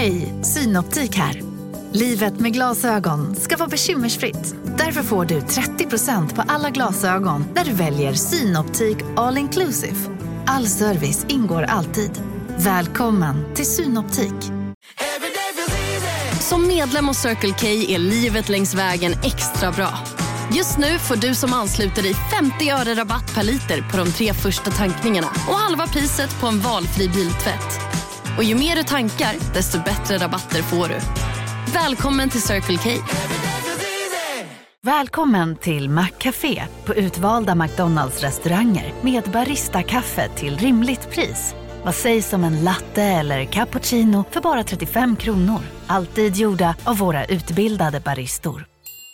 Hej, Synoptik här. Livet med glasögon ska vara bekymmersfritt. Därför får du 30% på alla glasögon när du väljer Synoptik All Inclusive. All service ingår alltid. Välkommen till Synoptik. Som medlem hos Circle K är livet längs vägen extra bra. Just nu får du som ansluter dig 50 öre rabatt per liter på de 3 första tankningarna och halva priset på en valfri biltvätt. Och ju mer du tankar, desto bättre rabatter får du. Välkommen till Circle K. Välkommen till McCafé på utvalda McDonalds-restauranger med Barista-kaffe till rimligt pris. Vad sägs om en latte eller cappuccino för bara 35 kronor? Alltid gjorda av våra utbildade baristor.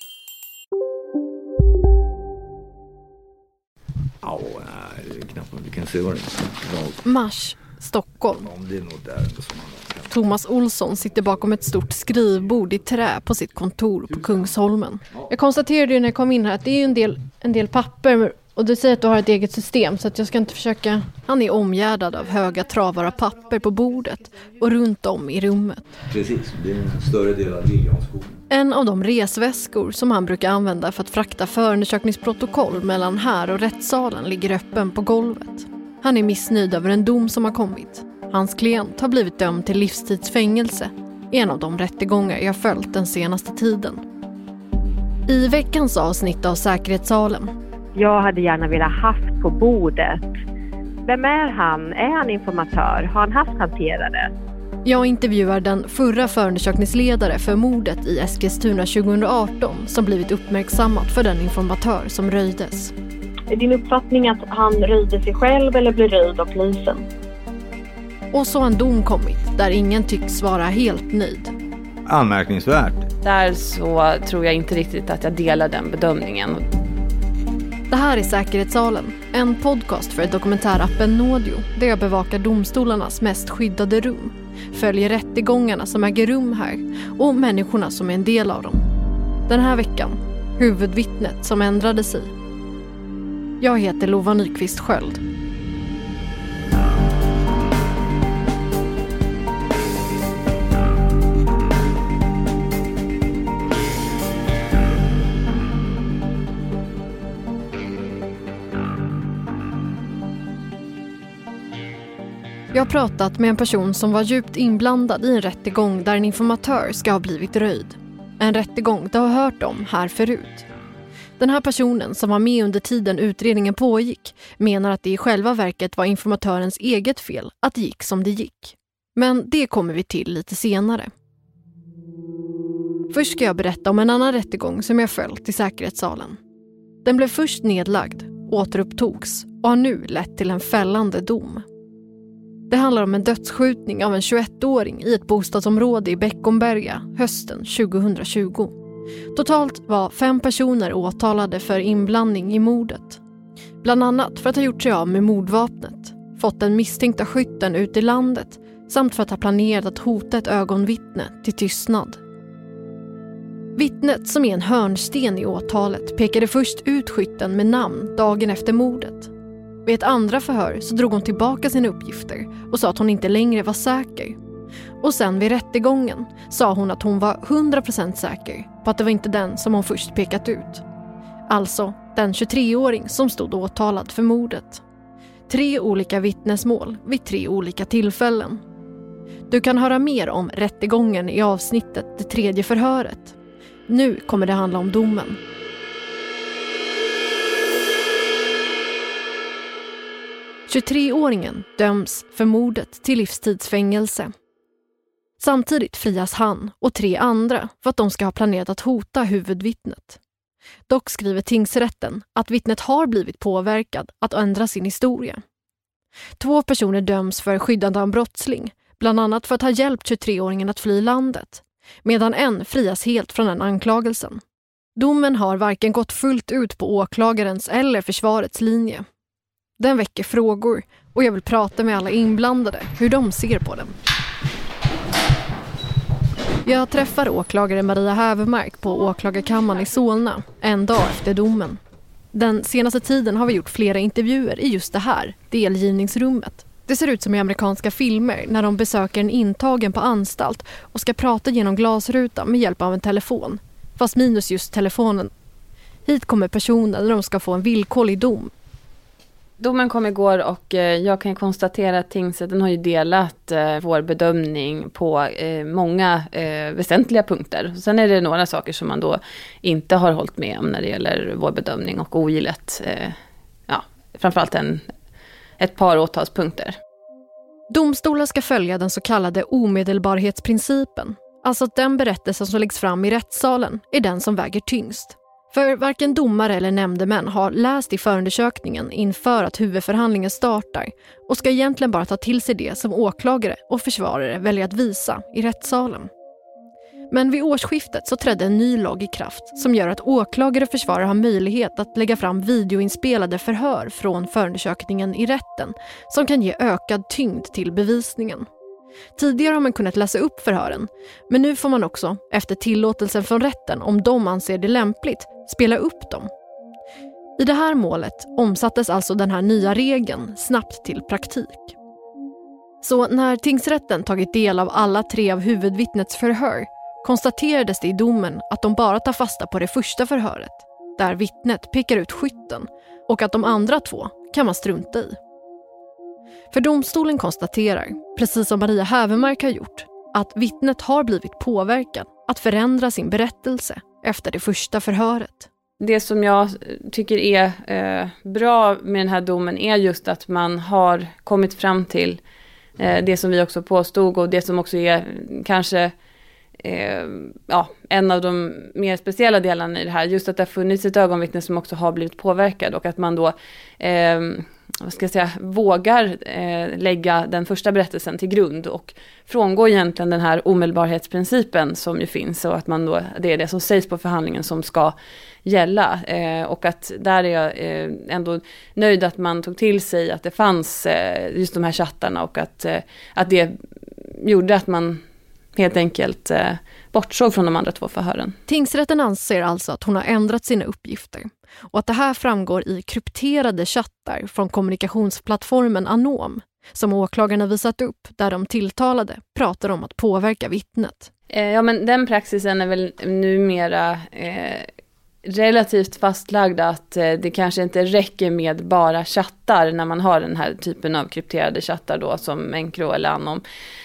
Ja, det är knappt man kan se vad det är. Mars, Stockholm. Ja, det är nog där som man... Thomas Olsson sitter bakom ett stort skrivbord i trä på sitt kontor på Kungsholmen. Jag konstaterade ju när jag kom in här att det är ju en del papper, och du säger att du har ett eget system, så att jag ska inte försöka... Han är omgärdad av höga travar av papper på bordet och runt om i rummet. Precis, det är en större del av Liljanskogen. En av de resväskor som han brukar använda för att frakta förundersökningsprotokoll mellan här och rättssalen ligger öppen på golvet. Han är missnöjd över en dom som har kommit. Hans klient har blivit dömd till livstidsfängelse i en av de rättegångar jag följt den senaste tiden. I veckans avsnitt av Säkerhetssalen. Jag hade gärna velat haft på bordet. Vem är han? Är han informatör? Har han haft hanterare? Jag intervjuar den förra förundersökningsledare för mordet i Eskilstuna 2018 som blivit uppmärksammat för den informatör som röjdes. Är din uppfattning att han röjde sig själv eller blev röjd av polisen? Och så har en dom kommit där ingen tycks vara helt nöjd. Anmärkningsvärt. Där så tror jag inte riktigt att jag delar den bedömningen. Det här är Säkerhetssalen, en podcast för dokumentärappen Nådio där jag bevakar domstolarnas mest skyddade rum, följer rättegångarna som äger rum här och människorna som är en del av dem. Den här veckan, huvudvittnet som ändrade sig. Jag heter Lova Nyqvist Sköld. Jag har pratat med en person som var djupt inblandad i en rättegång där en informatör ska ha blivit röjd. En rättegång du har hört om här förut. Den här personen som var med under tiden utredningen pågick menar att det i själva verket var informatörens eget fel att det gick som det gick. Men det kommer vi till lite senare. Först ska jag berätta om en annan rättegång som jag följt i Säkerhetssalen. Den blev först nedlagd, återupptogs och har nu lett till en fällande dom. Det handlar om en dödsskjutning av en 21-åring i ett bostadsområde i Beckomberga hösten 2020. Totalt var 5 personer åtalade för inblandning i mordet. Bland annat för att ha gjort sig av med mordvapnet, fått den misstänkta skytten ut i landet samt för att ha planerat att hota ett ögonvittne till tystnad. Vittnet, som är en hörnsten i åtalet, pekade först ut skytten med namn dagen efter mordet. Vid ett andra förhör så drog hon tillbaka sina uppgifter och sa att hon inte längre var säker. Och sen vid rättegången sa hon att hon var 100% säker på att det var inte den som hon först pekat ut. Alltså den 23-åring som stod åtalad för mordet. 3 olika vittnesmål vid 3 olika tillfällen. Du kan höra mer om rättegången i avsnittet Det tredje förhöret. Nu kommer det handla om domen. –23-åringen döms för mordet till livstidsfängelse. Samtidigt frias han och 3 andra för att de ska ha planerat att hota huvudvittnet. Dock skriver tingsrätten att vittnet har blivit påverkad att ändra sin historia. 2 personer döms för skyddande av brottsling, bland annat för att ha hjälpt 23-åringen att fly landet, medan en frias helt från den anklagelsen. Domen har varken gått fullt ut på åklagarens eller försvarets linje. Den väcker frågor och jag vill prata med alla inblandade hur de ser på den. Jag träffar åklagare Maria Hävermark på åklagarkammaren i Solna en dag efter domen. Den senaste tiden har vi gjort flera intervjuer i just det här delgivningsrummet Det ser ut som i amerikanska filmer när de besöker en intagen på anstalt och ska prata genom glasrutan med hjälp av en telefon. Fast minus just telefonen. Hit kommer personer när de ska få en villkorlig dom. Domen kom igår och jag kan konstatera att tingsrätten har ju delat vår bedömning på många väsentliga punkter. Sen är det några saker som man då inte har hållit med om när det gäller vår bedömning och ogillat framförallt ett par åtalspunkter. Domstolar ska följa den så kallade omedelbarhetsprincipen. Alltså att den berättelse som läggs fram i rättssalen är den som väger tyngst. För varken domare eller nämndemän har läst i förundersökningen inför att huvudförhandlingen startar och ska egentligen bara ta till sig det som åklagare och försvarare väljer att visa i rättssalen. Men vid årsskiftet så trädde en ny lag i kraft som gör att åklagare och försvarare har möjlighet att lägga fram videoinspelade förhör från förundersökningen i rätten som kan ge ökad tyngd till bevisningen. Tidigare har man kunnat läsa upp förhören, men nu får man också, efter tillåtelsen från rätten om de anser det lämpligt, spela upp dem. I det här målet omsattes alltså den här nya regeln snabbt till praktik. Så när tingsrätten tagit del av alla 3 av huvudvittnets förhör konstaterades det i domen att de bara tar fasta på det första förhöret, där vittnet pekar ut skytten, och att de andra 2 kan man strunta i. För domstolen konstaterar, precis som Maria Hävermark har gjort, att vittnet har blivit påverkad att förändra sin berättelse efter det första förhöret. Det som jag tycker är bra med den här domen är just att man har kommit fram till det som vi också påstod, och det som också är kanske en av de mer speciella delarna i det här, just att det har funnits ett ögonvittne som också har blivit påverkad, och att man då vågar lägga den första berättelsen till grund och frångå egentligen den här omedelbarhetsprincipen som ju finns, och att man då, det är det som sägs på förhandlingen som ska gälla, och att där är jag ändå nöjd att man tog till sig att det fanns just de här chattarna, och att det gjorde att man helt enkelt bortsåg från de andra 2 förhören. Tingsrätten anser alltså att hon har ändrat sina uppgifter och att det här framgår i krypterade chattar från kommunikationsplattformen Anom som åklagarna visat upp, där de tilltalade pratar om att påverka vittnet. Men den praxisen är väl numera relativt fastlagd, att det kanske inte räcker med bara chattar när man har den här typen av krypterade chattar då, som Encro eller Anom.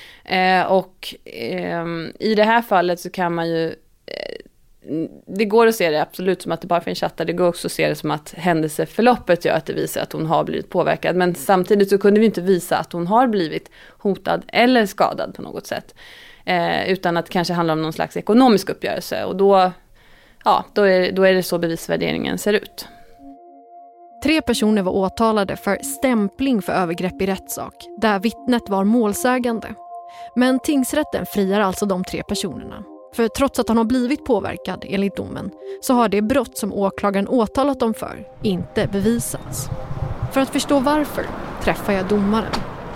I det här fallet så kan man ju det går att se det absolut som att det bara finns chattar. Det går också att se det som att händelseförloppet gör att det visar att hon har blivit påverkad. Men samtidigt så kunde vi inte visa att hon har blivit hotad eller skadad på något sätt. Utan att det kanske handlar om någon slags ekonomisk uppgörelse. Och då är det så bevisvärderingen ser ut. 3 personer var åtalade för stämpling för övergrepp i rättssak, där vittnet var målsägande. Men tingsrätten friar alltså de 3 personerna. För trots att han har blivit påverkad enligt domen, så har det brott som åklagaren åtalat dem för inte bevisats. För att förstå varför träffar jag domaren.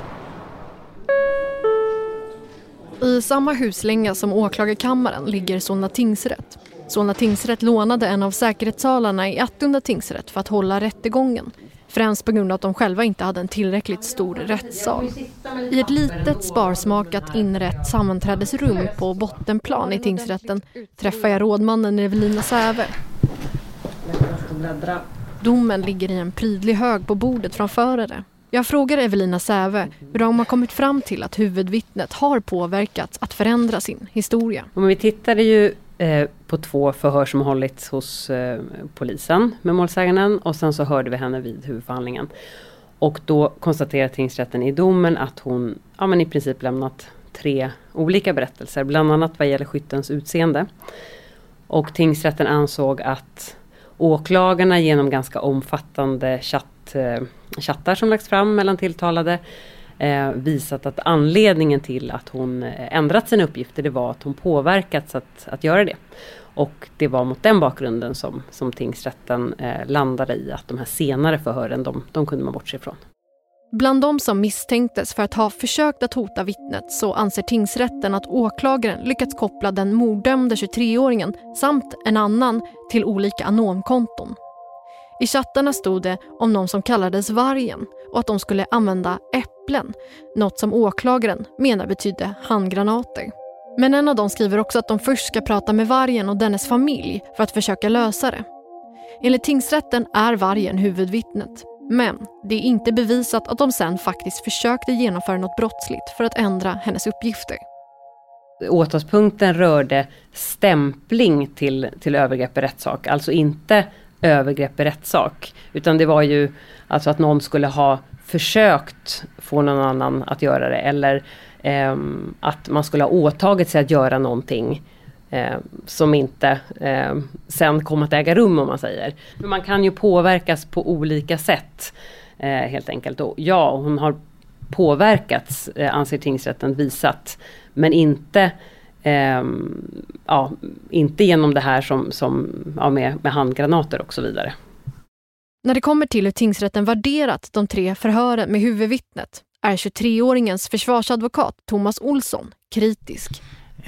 I samma huslänga som åklagarkammaren ligger Solna tingsrätt. Solna tingsrätt lånade en av säkerhetssalarna i Attunda tingsrätt för att hålla rättegången. Främst på grund av att de själva inte hade en tillräckligt stor rättssal. I ett litet sparsmakat inrätt sammanträdesrum på bottenplan i tingsrätten träffar jag rådmannen Evelina Säve. Domen ligger i en prydlig hög på bordet framför det. Jag frågar Evelina Säve hur de har kommit fram till att huvudvittnet har påverkats att förändra sin historia. Men vi tittade ju på 2 förhör som hållits hos polisen med målsäganden, och sen så hörde vi henne vid huvudförhandlingen. Och då konstaterade tingsrätten i domen att hon i princip lämnat 3 olika berättelser, bland annat vad gäller skyttens utseende. Och tingsrätten ansåg att åklagarna genom ganska omfattande chattar som lagts fram mellan tilltalade visat att anledningen till att hon ändrat sina uppgifter, det var att hon påverkats att göra det. Och det var mot den bakgrunden som tingsrätten landade i att de här senare förhören, de kunde man bortse ifrån. Bland de som misstänktes för att ha försökt att hota vittnet så anser tingsrätten att åklagaren lyckats koppla den morddömde 23-åringen samt en annan till olika anomkonton. I chattarna stod det om någon som kallades Vargen och att de skulle använda äpplen, något som åklagaren menar betydde handgranater. Men en av dem skriver också att de först ska prata med vargen och dennes familj för att försöka lösa det. Enligt tingsrätten är vargen huvudvittnet, men det är inte bevisat att de sen faktiskt försökte genomföra något brottsligt för att ändra hennes uppgifter. Åtalspunkten rörde stämpling till övergrepp i rättssak, alltså inte övergrepp i rättssak, utan det var ju alltså att någon skulle ha försökt få någon annan att göra det, eller att man skulle ha åtagit sig att göra någonting som inte sen kom att äga rum, om man säger. Men man kan ju påverkas på olika sätt helt enkelt. Och ja, hon har påverkats, anser tingsrätten visat, men inte inte genom det här som med handgranater och så vidare. När det kommer till hur tingsrätten värderat de 3 förhören med huvudvittnet är 23-åringens försvarsadvokat Thomas Olsson kritisk.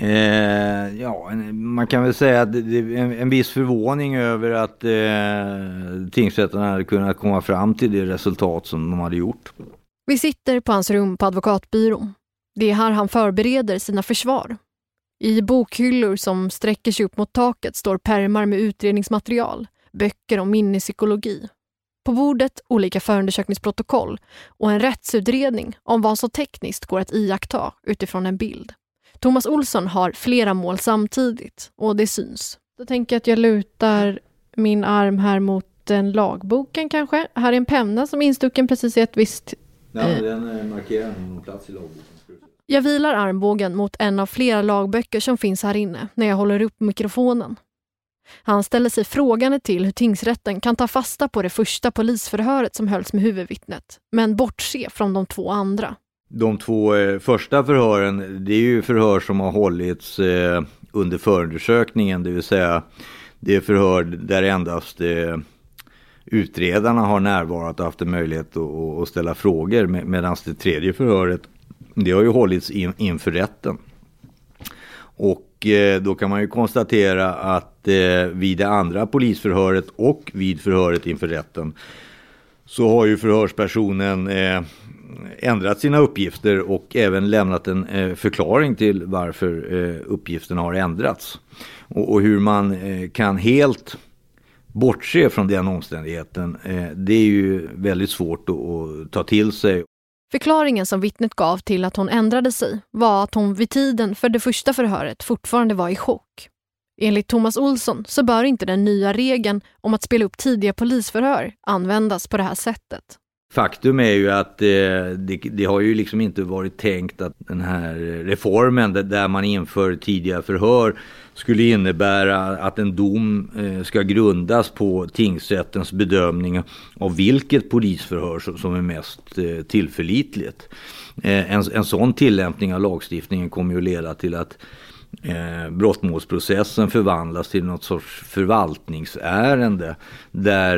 Man kan väl säga att det är en viss förvåning över att tingsrätten hade kunnat komma fram till det resultat som de hade gjort. Vi sitter på hans rum på advokatbyrån. Det är här han förbereder sina försvar. I bokhyllor som sträcker sig upp mot taket står pärmar med utredningsmaterial, böcker om minnespsykologi. På bordet olika förundersökningsprotokoll och en rättsutredning om vad som tekniskt går att iaktta utifrån en bild. Thomas Olsson har flera mål samtidigt och det syns. Då tänker jag att jag lutar min arm här mot den lagboken kanske. Här är en penna som är instucken precis i ett visst... Ja, den markerar någon plats i lagboken. Jag vilar armbågen mot en av flera lagböcker som finns här inne när jag håller upp mikrofonen. Han ställer sig frågande till hur tingsrätten kan ta fasta på det första polisförhöret som hölls med huvudvittnet, men bortse från de 2 andra. De 2 första förhören, det är ju förhör som har hållits under förundersökningen, det vill säga det är förhör där endast utredarna har närvarat och haft en möjlighet att ställa frågor, medan det 3:e förhöret, det har ju hållits inför rätten. Och då kan man ju konstatera att vid det andra polisförhöret och vid förhöret inför rätten så har ju förhörspersonen ändrat sina uppgifter och även lämnat en förklaring till varför uppgifterna har ändrats. Och hur man kan helt bortse från den omständigheten, det är ju väldigt svårt att ta till sig. Förklaringen som vittnet gav till att hon ändrade sig var att hon vid tiden för det första förhöret fortfarande var i chock. Enligt Thomas Olsson så bör inte den nya regeln om att spela upp tidiga polisförhör användas på det här sättet. Faktum är ju att det har ju liksom inte varit tänkt att den här reformen där man inför tidiga förhör skulle innebära att en dom ska grundas på tingsrättens bedömning av vilket polisförhör som är mest tillförlitligt. En sån tillämpning av lagstiftningen kommer ju att leda till att brottmålsprocessen förvandlas till något sorts förvaltningsärende där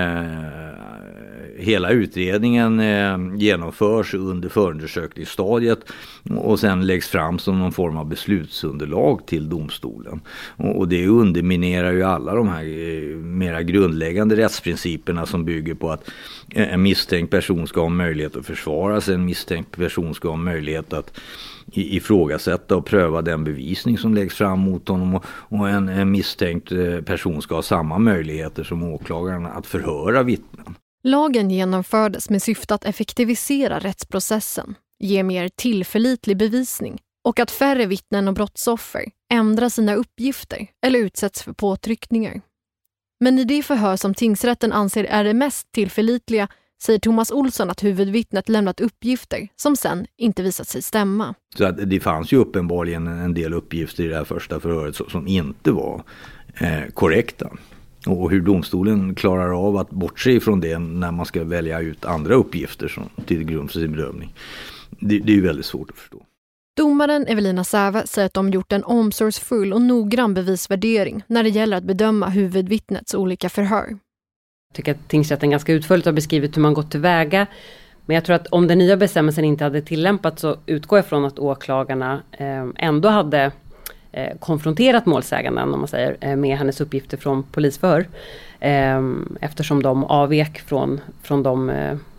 hela utredningen genomförs under förundersökningsstadiet och sen läggs fram som någon form av beslutsunderlag till domstolen. Och det underminerar ju alla de här mera grundläggande rättsprinciperna som bygger på att en misstänkt person ska ha möjlighet att försvara sig, en misstänkt person ska ha möjlighet att ifrågasätta och pröva den bevisning som läggs fram mot honom, och en misstänkt person ska ha samma möjligheter som åklagaren att förhöra vittnen. Lagen genomfördes med syfte att effektivisera rättsprocessen, ge mer tillförlitlig bevisning och att färre vittnen och brottsoffer ändrar sina uppgifter eller utsätts för påtryckningar. Men i det förhör som tingsrätten anser är det mest tillförlitliga säger Thomas Olsson att huvudvittnet lämnat uppgifter som sen inte visat sig stämma. Så att det fanns ju uppenbarligen en del uppgifter i det här första förhöret som inte var korrekta. Och hur domstolen klarar av att bortse ifrån det när man ska välja ut andra uppgifter som till grund för sin bedömning, det är ju väldigt svårt att förstå. Domaren Evelina Säve säger att de gjort en omsorgsfull och noggrann bevisvärdering när det gäller att bedöma huvudvittnets olika förhör. Jag tycker att tingsrätten ganska utförligt har beskrivit hur man gått tillväga. Men jag tror att om den nya bestämmelsen inte hade tillämpats så utgår jag från att åklagarna ändå hade konfronterat målsäganden, om man säger, med hennes uppgifter från polisförhör. Eftersom de avvek från de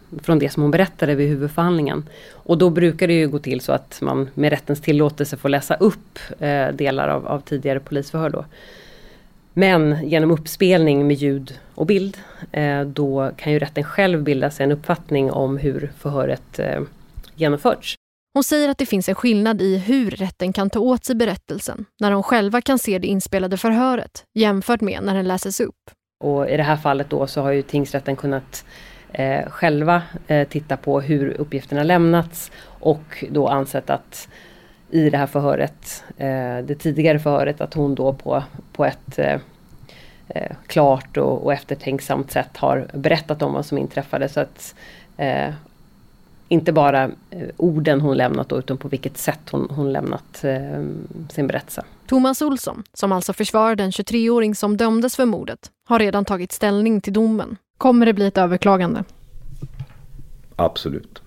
från det som hon berättade vid huvudförhandlingen. Och då brukar det ju gå till så att man med rättens tillåtelse får läsa upp delar av tidigare polisförhör då. Men genom uppspelning med ljud och bild då kan ju rätten själv bilda sig en uppfattning om hur förhöret genomförts. Hon säger att det finns en skillnad i hur rätten kan ta åt sig berättelsen när de själva kan se det inspelade förhöret jämfört med när den läses upp. Och i det här fallet då så har ju tingsrätten kunnat själva titta på hur uppgifterna lämnats och då ansett att i det här förhöret, det tidigare förhöret, att hon då på ett klart och eftertänksamt sätt har berättat om vad som inträffade, så att inte bara orden hon lämnat då, utan på vilket sätt hon lämnat sin berättelse. Thomas Olsson, som alltså försvarar den 23-åring som dömdes för mordet, har redan tagit ställning till domen. Kommer det bli ett överklagande? Absolut.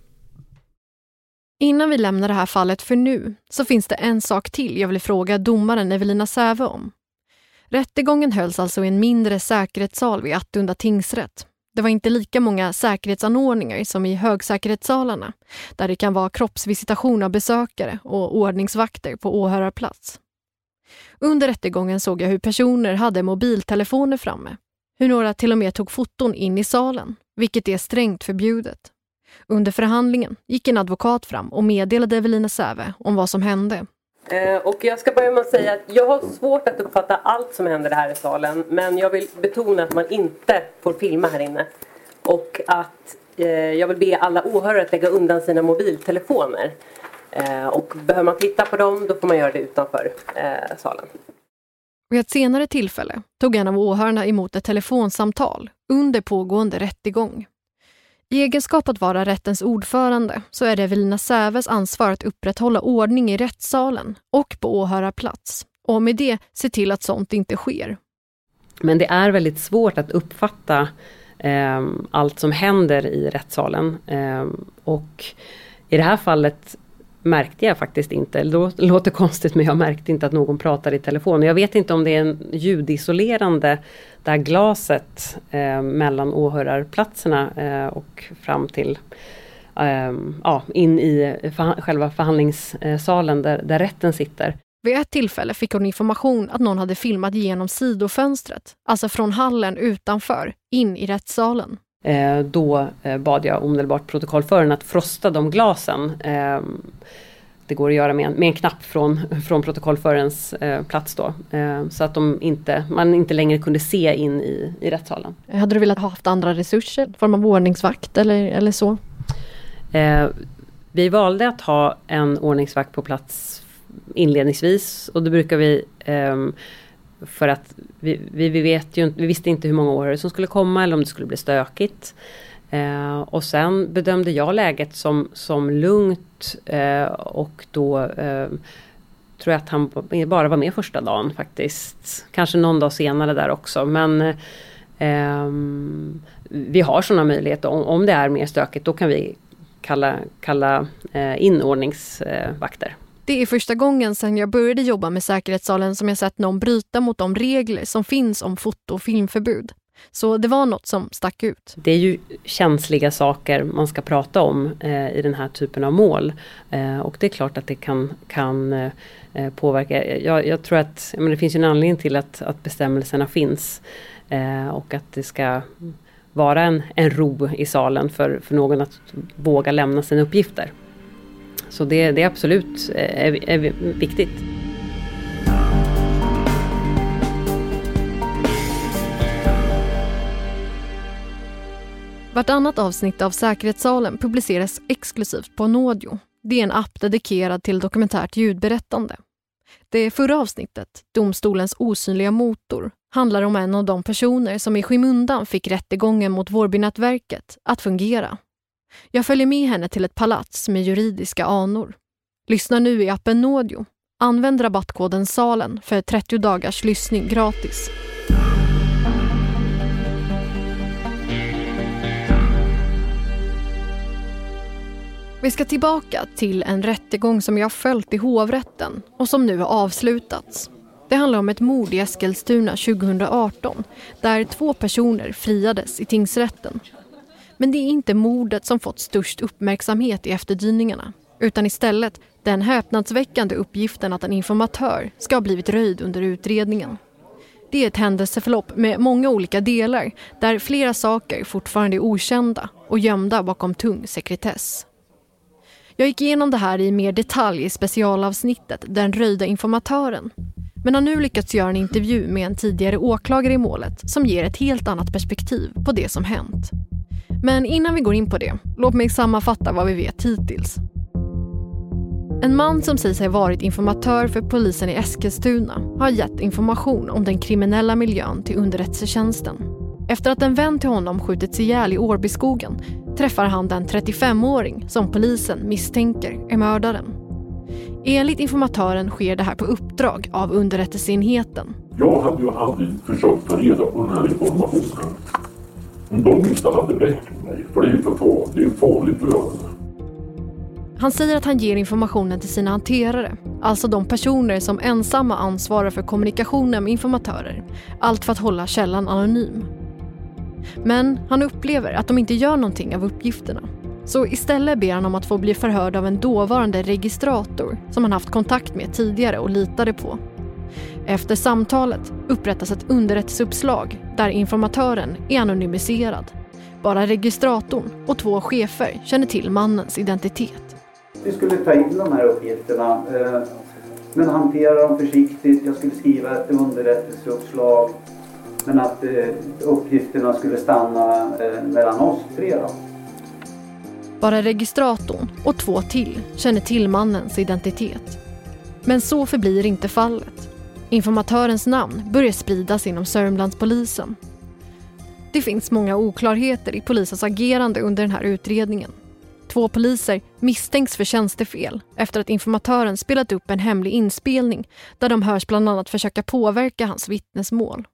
Innan vi lämnar det här fallet för nu så finns det en sak till jag vill fråga domaren Evelina Säve om. Rättegången hölls alltså i en mindre säkerhetssal vid Attunda tingsrätt. Det var inte lika många säkerhetsanordningar som i högsäkerhetssalarna, där det kan vara kroppsvisitation av besökare och ordningsvakter på åhörarplats. Under rättegången såg jag hur personer hade mobiltelefoner framme. Hur några till och med tog foton in i salen, vilket är strängt förbjudet. Under förhandlingen gick en advokat fram och meddelade Evelina Säve om vad som hände. Och jag ska börja med att säga att jag har svårt att uppfatta allt som händer här i salen. Men jag vill betona att man inte får filma här inne. Och att jag vill be alla åhörare att lägga undan sina mobiltelefoner. Och behöver man titta på dem, då får man göra det utanför salen. Vid ett senare tillfälle tog en av åhörarna emot ett telefonsamtal under pågående rättegång. I egenskap att vara rättens ordförande så är det Evelina Säves ansvar att upprätthålla ordning i rättssalen och på åhörarplats. Och med det se till att sånt inte sker. Men det är väldigt svårt att uppfatta allt som händer i rättssalen. Och i det här fallet märkte jag faktiskt inte, det låter konstigt men jag märkte inte att någon pratar i telefon. Jag vet inte om det är en ljudisolerande, där glaset mellan åhörarplatserna och fram till in i själva förhandlingssalen där rätten sitter. Vid ett tillfälle fick hon information att någon hade filmat genom sidofönstret, alltså från hallen utanför, in i rättssalen. Då bad jag omedelbart protokollföraren att frosta de glasen. Det går att göra med en knapp från protokollförarens plats då. Så att man inte längre kunde se in i rättssalen. Hade du velat ha haft andra resurser? Form av ordningsvakt eller så? Vi valde att ha en ordningsvakt på plats inledningsvis. Och då brukar vi... För att vi visste inte hur många år som skulle komma eller om det skulle bli stökigt. Och sen bedömde jag läget som lugnt och då tror jag att han bara var med första dagen faktiskt. Kanske någon dag senare där också. Men vi har sådana möjligheter. Om det är mer stökigt då kan vi kalla in ordningsvakter. Det är första gången sedan jag började jobba med säkerhetssalen som jag sett någon bryta mot de regler som finns om foto- och filmförbud. Så det var något som stack ut. Det är ju känsliga saker man ska prata om i den här typen av mål. Och det är klart att det kan påverka. Jag tror att det finns ju en anledning till att bestämmelserna finns. Och att det ska vara en ro i salen för någon att våga lämna sina uppgifter. Så det är absolut är viktigt. Vartannat avsnitt av Säkerhetssalen publiceras exklusivt på Nodio. Det är en app dedikerad till dokumentärt ljudberättande. Det förra avsnittet, Domstolens osynliga motor, handlar om en av de personer som i skymundan fick rättegången mot Vårbynätverket att fungera. Jag följer med henne till ett palats med juridiska anor. Lyssna nu i appen Nodio. Använd rabattkoden SALEN för 30 dagars lyssning gratis. Vi ska tillbaka till en rättegång som jag följt i hovrätten och som nu har avslutats. Det handlar om ett mord i Eskilstuna 2018 där 2 personer friades i tingsrätten. Men det är inte mordet som fått störst uppmärksamhet i efterdyningarna, utan istället den häpnadsväckande uppgiften att en informatör ska ha blivit röjd under utredningen. Det är ett händelseförlopp med många olika delar där flera saker fortfarande är okända och gömda bakom tung sekretess. Jag gick igenom det här i mer detalj i specialavsnittet Den röjda informatören, men har nu lyckats göra en intervju med en tidigare åklagare i målet som ger ett helt annat perspektiv på det som hänt. Men innan vi går in på det, låt mig sammanfatta vad vi vet hittills. En man som säger sig ha varit informatör för polisen i Eskilstuna har gett information om den kriminella miljön till underrättelsetjänsten. Efter att en vän till honom skjutits ihjäl i Årbyskogen träffar han den 35-åring som polisen misstänker är mördaren. Enligt informatören sker det här på uppdrag av underrättelseenheten. Jag hade ju aldrig försökt ta reda på den här informationen. Om de inte hade räckt mig, för det är farligt lögn. Han säger att han ger informationen till sina hanterare, alltså de personer som ensamma ansvarar för kommunikationen med informatörer, allt för att hålla källan anonym. Men han upplever att de inte gör någonting av uppgifterna. Så istället ber han om att få bli förhörd av en dåvarande registrator som han haft kontakt med tidigare och litade på. Efter samtalet upprättas ett underrättelseuppslag där informatören är anonymiserad. Bara registratorn och 2 chefer känner till mannens identitet. Vi skulle ta in de här uppgifterna men hantera dem försiktigt. Jag skulle skriva ett underrättelseuppslag men att uppgifterna skulle stanna mellan oss 3 då. Bara registratorn och 2 till känner till mannens identitet. Men så förblir inte fallet. Informatörens namn börjar spridas inom Sörmlandspolisen. Det finns många oklarheter i polisens agerande under den här utredningen. 2 poliser misstänks för tjänstefel efter att informatören spelat upp en hemlig inspelning där de hörs bland annat försöka påverka hans vittnesmål.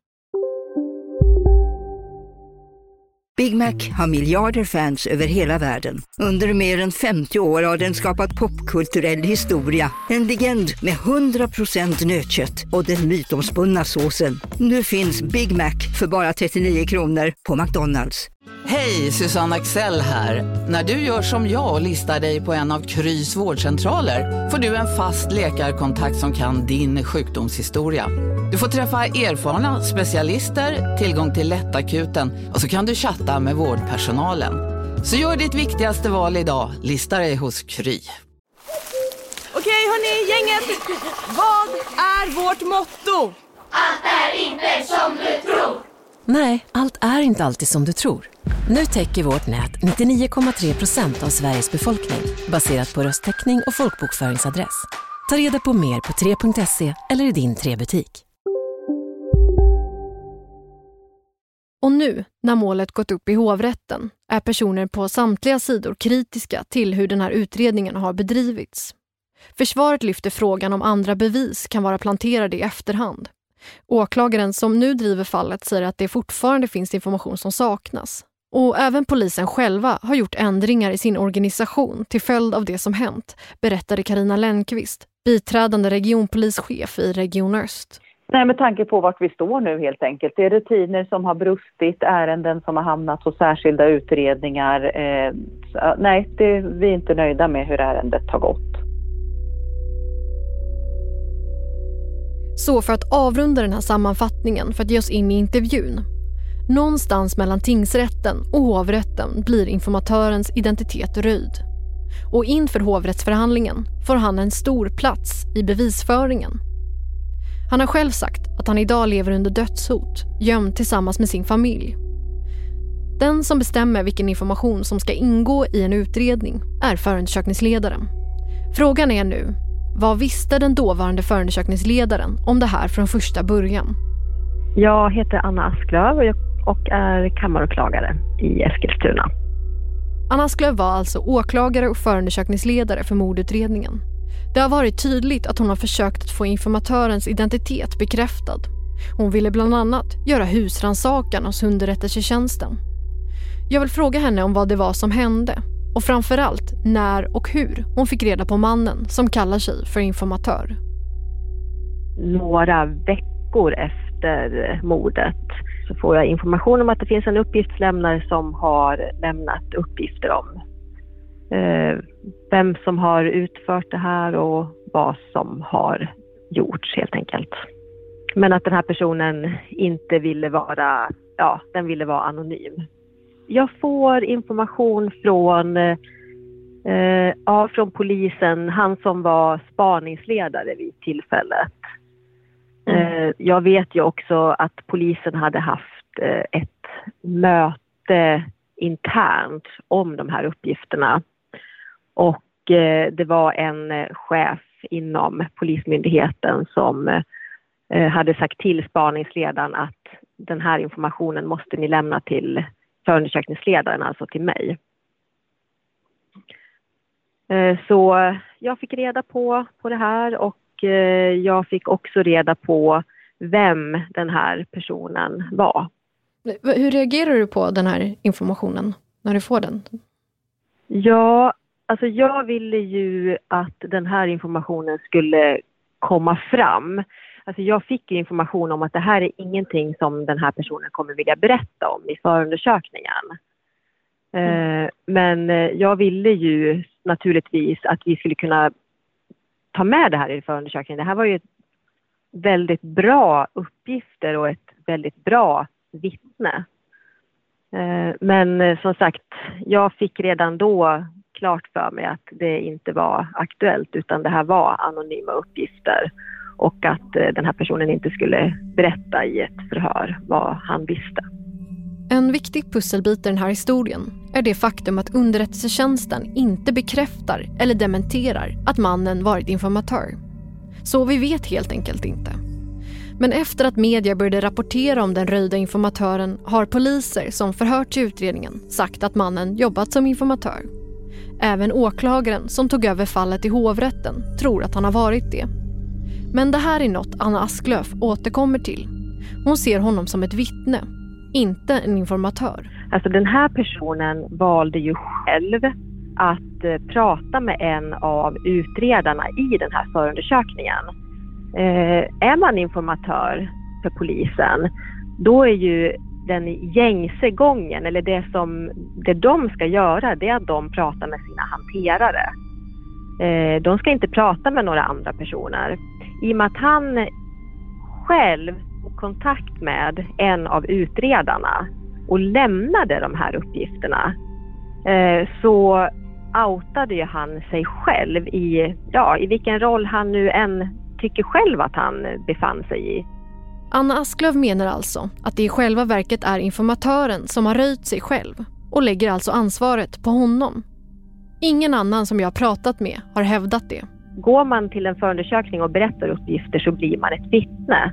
Big Mac har miljarder fans över hela världen. Under mer än 50 år har den skapat popkulturell historia. En legend med 100% nötkött och den mytomspunna såsen. Nu finns Big Mac för bara 39 kronor på McDonald's. Hej, Susanne Axel här. När du gör som jag och listar dig på en av Krys vårdcentraler får du en fast läkarkontakt som kan din sjukdomshistoria. Du får träffa erfarna specialister, tillgång till lättakuten och så kan du chatta med vårdpersonalen. Så gör ditt viktigaste val idag, lista dig hos Kry. Okej hörni, gänget! Vad är vårt motto? Allt är inte som du tror. Nej, allt är inte alltid som du tror. Nu täcker vårt nät 99,3% av Sveriges befolkning baserat på röstteckning och folkbokföringsadress. Ta reda på mer på 3.se eller i din 3-butik. Och nu, när målet gått upp i hovrätten, är personer på samtliga sidor kritiska till hur den här utredningen har bedrivits. Försvaret lyfter frågan om andra bevis kan vara planterade i efterhand. Åklagaren som nu driver fallet säger att det fortfarande finns information som saknas. Och även polisen själva har gjort ändringar i sin organisation till följd av det som hänt, berättade Carina Lennqvist, biträdande regionpolischef i Region Öst. Nej, med tanke på vart vi står nu helt enkelt. Det är rutiner som har brustit, ärenden som har hamnat hos särskilda utredningar. Vi är inte nöjda med hur ärendet har gått. Så för att avrunda den här sammanfattningen, för att ge oss in i intervjun. Någonstans mellan tingsrätten och hovrätten blir informatörens identitet röjd. Och inför hovrättsförhandlingen får han en stor plats i bevisföringen. Han har själv sagt att han idag lever under dödshot, gömd tillsammans med sin familj. Den som bestämmer vilken information som ska ingå i en utredning är förundersökningsledaren. Frågan är nu, vad visste den dåvarande förundersökningsledaren om det här från första början? Jag heter Anna Asklöv och är kammaråklagare i Eskilstuna. Anna Asklöv var alltså åklagare och förundersökningsledare för mordutredningen. Det har varit tydligt att hon har försökt att få informatörens identitet bekräftad. Hon ville bland annat göra husrannsakan hos underrättelsetjänsten. Jag vill fråga henne om vad det var som hände. Och framförallt när och hur hon fick reda på mannen som kallar sig för informatör. Några veckor efter mordet så får jag information om att det finns en uppgiftslämnare som har lämnat uppgifter om vem som har utfört det här och vad som har gjorts helt enkelt. Men att den här personen inte ville vara, den ville vara anonym. Jag får information från polisen, han som var spaningsledare vid tillfället. Jag vet ju också att polisen hade haft ett möte internt om de här uppgifterna. Och det var en chef inom polismyndigheten som hade sagt till spaningsledaren att den här informationen måste ni lämna till förundersökningsledaren, alltså till mig. Så jag fick reda på det här och jag fick också reda på vem den här personen var. Hur reagerar du på den här informationen när du får den? Ja, alltså jag ville ju att den här informationen skulle komma fram. Alltså jag fick ju information om att det här är ingenting som den här personen kommer vilja berätta om i förundersökningen. Men jag ville ju naturligtvis att vi skulle kunna ta med det här i förundersökningen. Det här var ju ett väldigt bra uppgifter och ett väldigt bra vittne. Men som sagt, jag fick redan då klart för mig att det inte var aktuellt utan det här var anonyma uppgifter och att den här personen inte skulle berätta i ett förhör vad han visste. En viktig pusselbit i den här historien är det faktum att underrättelsetjänsten inte bekräftar eller dementerar att mannen varit informatör. Så vi vet helt enkelt inte. Men efter att media började rapportera om den röjda informatören har poliser som förhörts i utredningen sagt att mannen jobbat som informatör. Även åklagaren som tog över fallet i hovrätten tror att han har varit det. Men det här är något Anna Asklöf återkommer till. Hon ser honom som ett vittne, inte en informatör. Alltså den här personen valde ju själv att prata med en av utredarna i den här förundersökningen. Är man informatör för polisen, då är ju den gängse gången, eller det de ska göra, det är att de pratar med sina hanterare. De ska inte prata med några andra personer. I och med att han själv tog kontakt med en av utredarna och lämnade de här uppgifterna, så outade ju han sig själv i vilken roll han nu än tycker själv att han befann sig i. Anna Asklöf menar alltså att det i själva verket är informatören som har röjt sig själv och lägger alltså ansvaret på honom. Ingen annan som jag har pratat med har hävdat det. Går man till en förundersökning och berättar uppgifter så blir man ett vittne.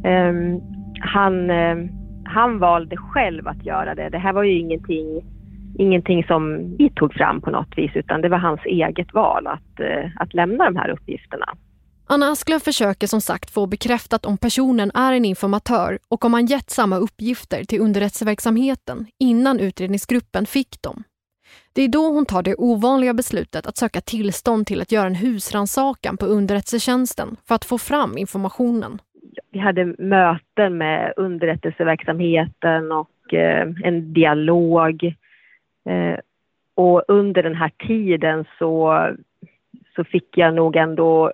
Han valde själv att göra det. Det här var ju ingenting som vi tog fram på något vis, utan det var hans eget val att lämna de här uppgifterna. Anna Asklöf försöker som sagt få bekräftat om personen är en informatör och om han gett samma uppgifter till underrättelseverksamheten innan utredningsgruppen fick dem. Det är då hon tar det ovanliga beslutet att söka tillstånd till att göra en husrannsakan på underrättelsetjänsten för att få fram informationen. Vi hade möten med underrättelseverksamheten och en dialog. Och under den här tiden så fick jag nog ändå,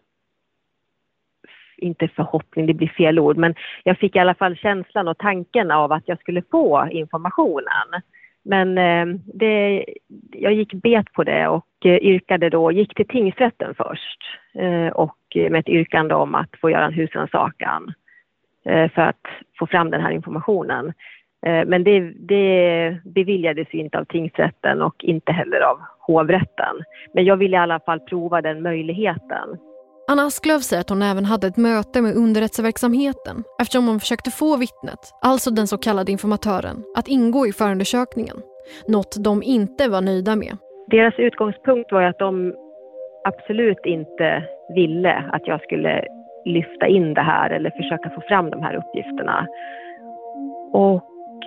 inte förhoppning, det blir fel ord, men jag fick i alla fall känslan och tanken av att jag skulle få informationen. Men jag gick bet på det och gick till tingsrätten först och med ett yrkande om att få göra en husrannsakan för att få fram den här informationen. Men det beviljades ju inte av tingsrätten och inte heller av hovrätten. Men jag ville i alla fall prova den möjligheten. Anna Asklöf säger att hon även hade ett möte med underrättelseverksamheten eftersom hon försökte få vittnet, alltså den så kallade informatören, att ingå i förundersökningen. Något de inte var nöjda med. Deras utgångspunkt var att de absolut inte ville att jag skulle lyfta in det här eller försöka få fram de här uppgifterna. Och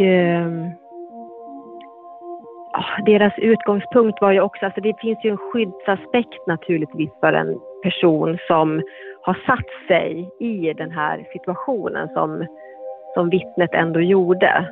deras utgångspunkt var ju också, alltså det finns ju en skyddsaspekt naturligtvis för en person som har satt sig i den här situationen som vittnet ändå gjorde.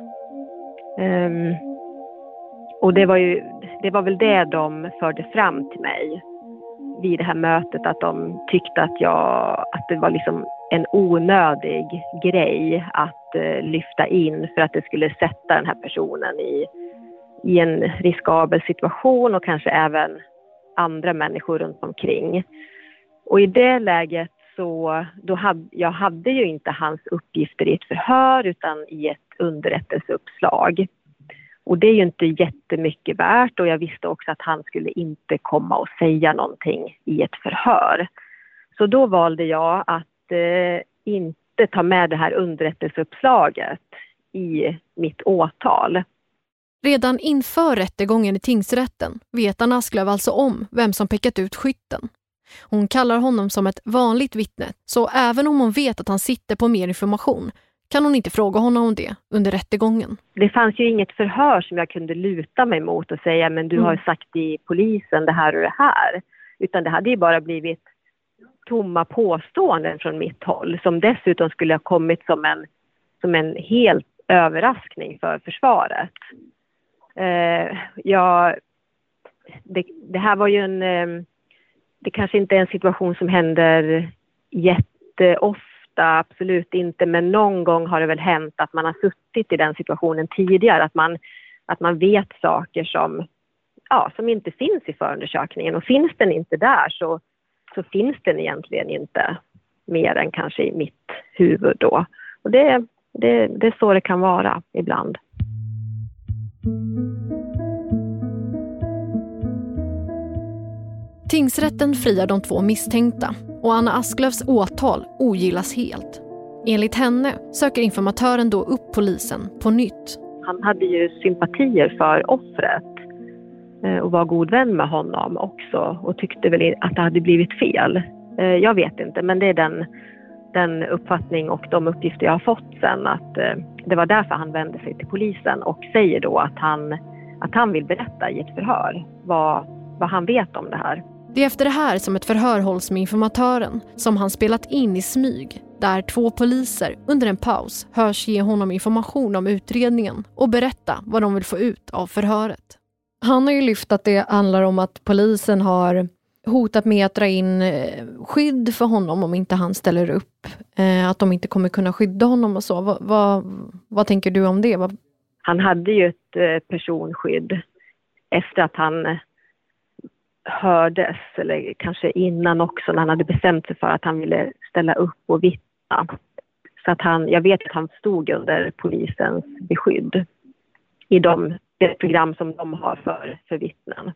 Och det var väl det de förde fram till mig vid det här mötet, att de tyckte att det var liksom en onödig grej att lyfta in för att det skulle sätta den här personen i en riskabel situation och kanske även andra människor runt omkring. Och i det läget så jag hade ju inte hans uppgifter i ett förhör utan i ett underrättelseuppslag. Och det är ju inte jättemycket värt, och jag visste också att han skulle inte komma och säga någonting i ett förhör. Så då valde jag att inte ta med det här underrättelseuppslaget i mitt åtal. Redan inför rättegången i tingsrätten vet Anna Asklöv alltså om vem som pekat ut skytten. Hon kallar honom som ett vanligt vittne, så även om hon vet att han sitter på mer information kan hon inte fråga honom om det under rättegången. Det fanns ju inget förhör som jag kunde luta mig mot och säga men du har sagt i polisen det här och det här. Utan det hade ju bara blivit tomma påståenden från mitt håll som dessutom skulle ha kommit som en helt överraskning för försvaret. Det här var ju det kanske inte är en situation som händer jätteofta, absolut inte, men någon gång har det väl hänt att man har suttit i den situationen tidigare, att man vet saker som inte finns i förundersökningen, och finns den inte där så finns den egentligen inte mer än kanske i mitt huvud då. Och det är så det kan vara ibland. Tingsrätten friar de 2 misstänkta och Anna Asklövs åtal ogillas helt. Enligt henne söker informatören då upp polisen på nytt. Han hade ju sympatier för offret och var god vän med honom också och tyckte väl att det hade blivit fel. Jag vet inte, men det är den uppfattning och de uppgifter jag har fått sen, att det var därför han vände sig till polisen och säger då att han vill berätta i ett förhör vad han vet om det här. Det är efter det här som ett förhör hålls med informatören som han spelat in i smyg, där 2 poliser under en paus hörs ge honom information om utredningen och berätta vad de vill få ut av förhöret. Han har ju lyft att det handlar om att polisen har hotat med att dra in skydd för honom om inte han ställer upp. Att de inte kommer kunna skydda honom och så. Vad tänker du om det? Han hade ju ett personskydd efter att han hördes, eller kanske innan också, när han hade bestämt sig för att han ville ställa upp och vittna. Så att jag vet att han stod under polisens beskydd i det program som de har för vittnen.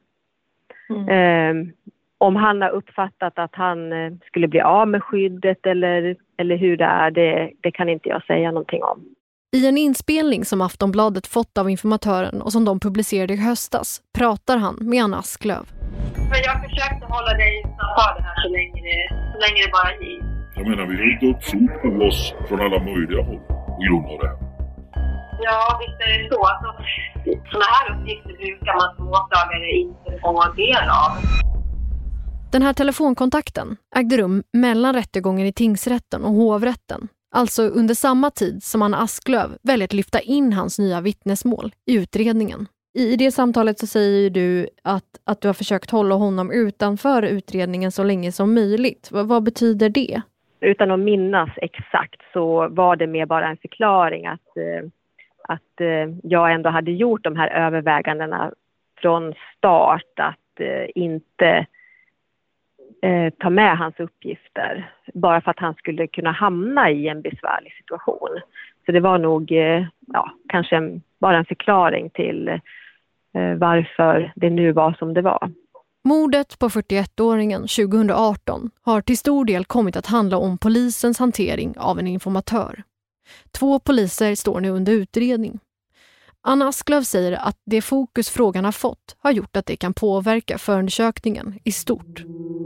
Om han har uppfattat att han skulle bli av med skyddet eller hur det är, det kan inte jag säga någonting om. I en inspelning som Aftonbladet fått av informatören och som de publicerade i höstas pratar han med Anna Asklöv. Men jag försökte hålla dig utanför det här så länge det bara gick. Jag menar, vi har inte uppsåt på oss från alla möjliga håll på grund av det här. Ja, visst är det så. Alltså, sådana här uppgifter brukar man som åklagare inte få del av. Den här telefonkontakten ägde rum mellan rättegången i tingsrätten och hovrätten. Alltså under samma tid som Anna Asklöv väljer att lyfta in hans nya vittnesmål i utredningen. I det samtalet så säger du att du har försökt hålla honom utanför utredningen så länge som möjligt. Vad betyder det? Utan att minnas exakt så var det mer bara en förklaring att jag ändå hade gjort de här övervägandena från start, att inte ta med hans uppgifter bara för att han skulle kunna hamna i en besvärlig situation. Så det var nog kanske bara en förklaring till varför det nu var som det var. Mordet på 41-åringen 2018 har till stor del kommit att handla om polisens hantering av en informatör. 2 poliser står nu under utredning. Anna Asklöv säger att det fokus frågan har fått har gjort att det kan påverka förundersökningen i stort.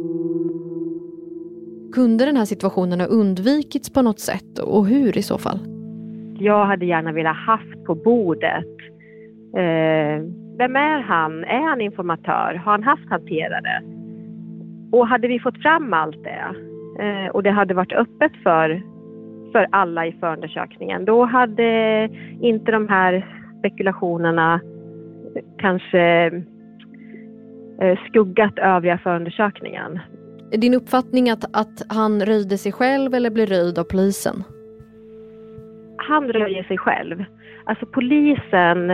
Kunde den här situationen ha undvikits på något sätt, och hur i så fall? Jag hade gärna velat haft på bordet. Vem är han? Är han informatör? Har han haft hanterare? Och hade vi fått fram allt det och det hade varit öppet för alla i förundersökningen. Då hade inte de här spekulationerna kanske skuggat övriga förundersökningen. Är din uppfattning att han röjde sig själv eller blev röjd av polisen? Han röjer sig själv. Alltså polisen,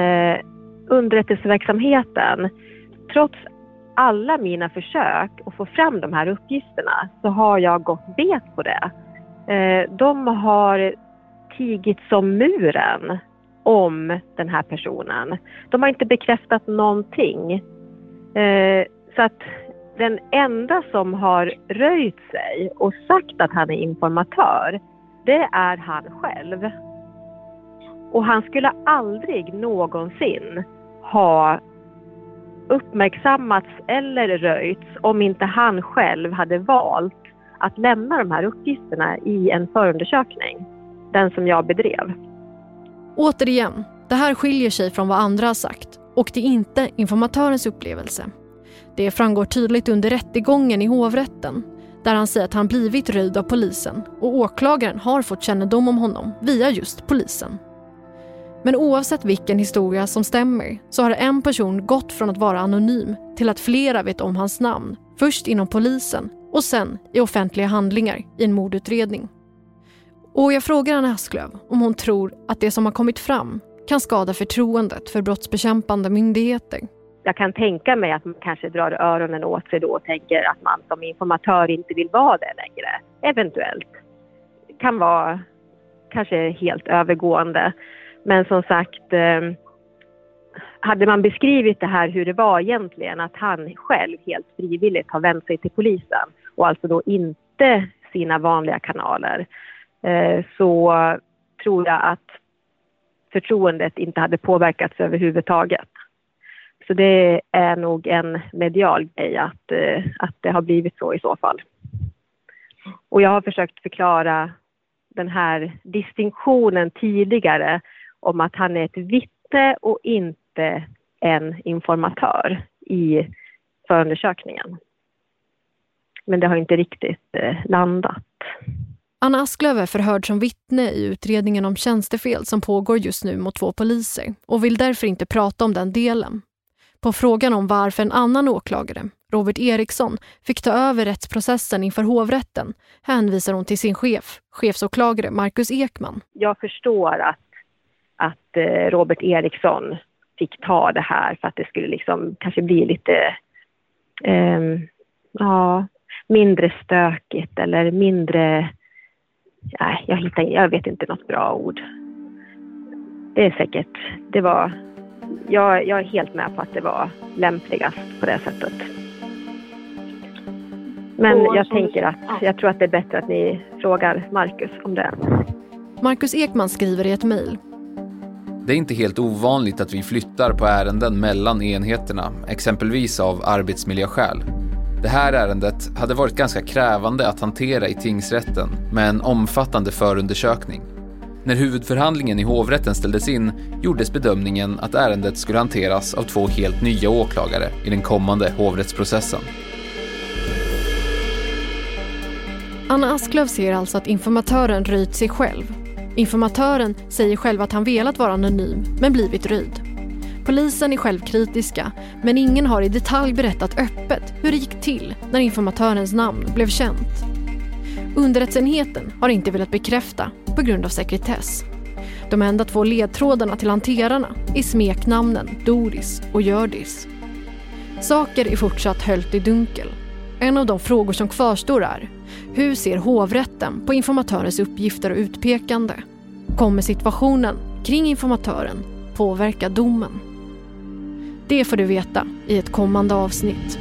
underrättelseverksamheten, trots alla mina försök att få fram de här uppgifterna så har jag gått bet på det. De har tigit som muren om den här personen. De har inte bekräftat någonting. Så att den enda som har röjt sig och sagt att han är informatör, det är han själv. Och han skulle aldrig någonsin ha uppmärksammats eller röjts om inte han själv hade valt att lämna de här uppgifterna i en förundersökning. Den som jag bedrev. Återigen, det här skiljer sig från vad andra har sagt och det är inte informatörens upplevelse. Det framgår tydligt under rättegången i hovrätten där han säger att han blivit röjd av polisen och åklagaren har fått kännedom om honom via just polisen. Men oavsett vilken historia som stämmer så har en person gått från att vara anonym till att flera vet om hans namn, först inom polisen och sen i offentliga handlingar i en mordutredning. Och jag frågar Anna Asklöv om hon tror att det som har kommit fram kan skada förtroendet för brottsbekämpande myndigheter. Jag kan tänka mig att man kanske drar öronen åt sig då och tänker att man som informatör inte vill vara det längre. Eventuellt. Kan vara kanske helt övergående. Men som sagt, hade man beskrivit det här hur det var egentligen, att han själv helt frivilligt har vänt sig till polisen och alltså då inte sina vanliga kanaler, så tror jag att förtroendet inte hade påverkats överhuvudtaget. Så det är nog en medial grej att det har blivit så i så fall. Och jag har försökt förklara den här distinktionen tidigare om att han är ett vittne och inte en informatör i förundersökningen. Men det har inte riktigt landat. Anna Asklöv är förhörd som vittne i utredningen om tjänstefel som pågår just nu mot 2 poliser och vill därför inte prata om den delen. På frågan om varför en annan åklagare, Robert Eriksson, fick ta över rättsprocessen inför hovrätten hänvisar hon till sin chefsåklagare Marcus Ekman. Jag förstår att Robert Eriksson fick ta det här för att det skulle liksom kanske bli lite mindre stökigt eller mindre... Jag vet inte något bra ord. Det är säkert... Jag är helt med på att det var lämpligast på det sättet. Men jag tror att det är bättre att ni frågar Marcus om det. Marcus Ekman skriver i ett mejl. Det är inte helt ovanligt att vi flyttar på ärenden mellan enheterna, exempelvis av arbetsmiljöskäl. Det här ärendet hade varit ganska krävande att hantera i tingsrätten med en omfattande förundersökning. När huvudförhandlingen i hovrätten ställdes in gjordes bedömningen att ärendet skulle hanteras av 2 helt nya åklagare i den kommande hovrättsprocessen. Anna Asklöv ser alltså att informatören röjt sig själv. Informatören säger själv att han velat vara anonym men blivit röjd. Polisen är självkritiska men ingen har i detalj berättat öppet hur det gick till när informatörens namn blev känt. Underrättsenheten har inte velat bekräfta på grund av sekretess. De enda 2 ledtrådarna till hanterarna är smeknamnen Doris och Hjördis. Saker är fortsatt höljt i dunkel. En av de frågor som kvarstår är: hur ser hovrätten på informatörens uppgifter och utpekande? Kommer situationen kring informatören påverka domen? Det får du veta i ett kommande avsnitt.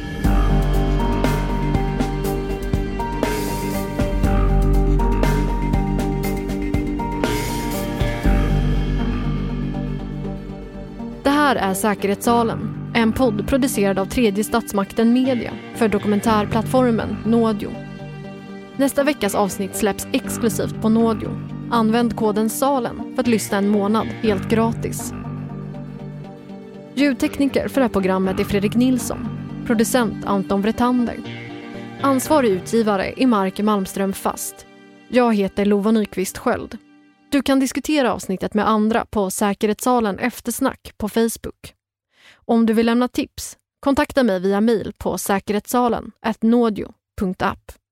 Det här är Säkerhetssalen, en podd producerad av Tredje Statsmakten Media för dokumentärplattformen Nådio. Nästa veckas avsnitt släpps exklusivt på Nådio. Använd koden SALEN för att lyssna en månad helt gratis. Ljudtekniker för det här programmet är Fredrik Nilsson. Producent Anton Vretander. Ansvarig utgivare är Mark Malmström Fast. Jag heter Lova Nyqvist Sköld. Du kan diskutera avsnittet med andra på Säkerhetssalen Eftersnack på Facebook. Om du vill lämna tips, kontakta mig via mail på säkerhetssalen@nodio.app.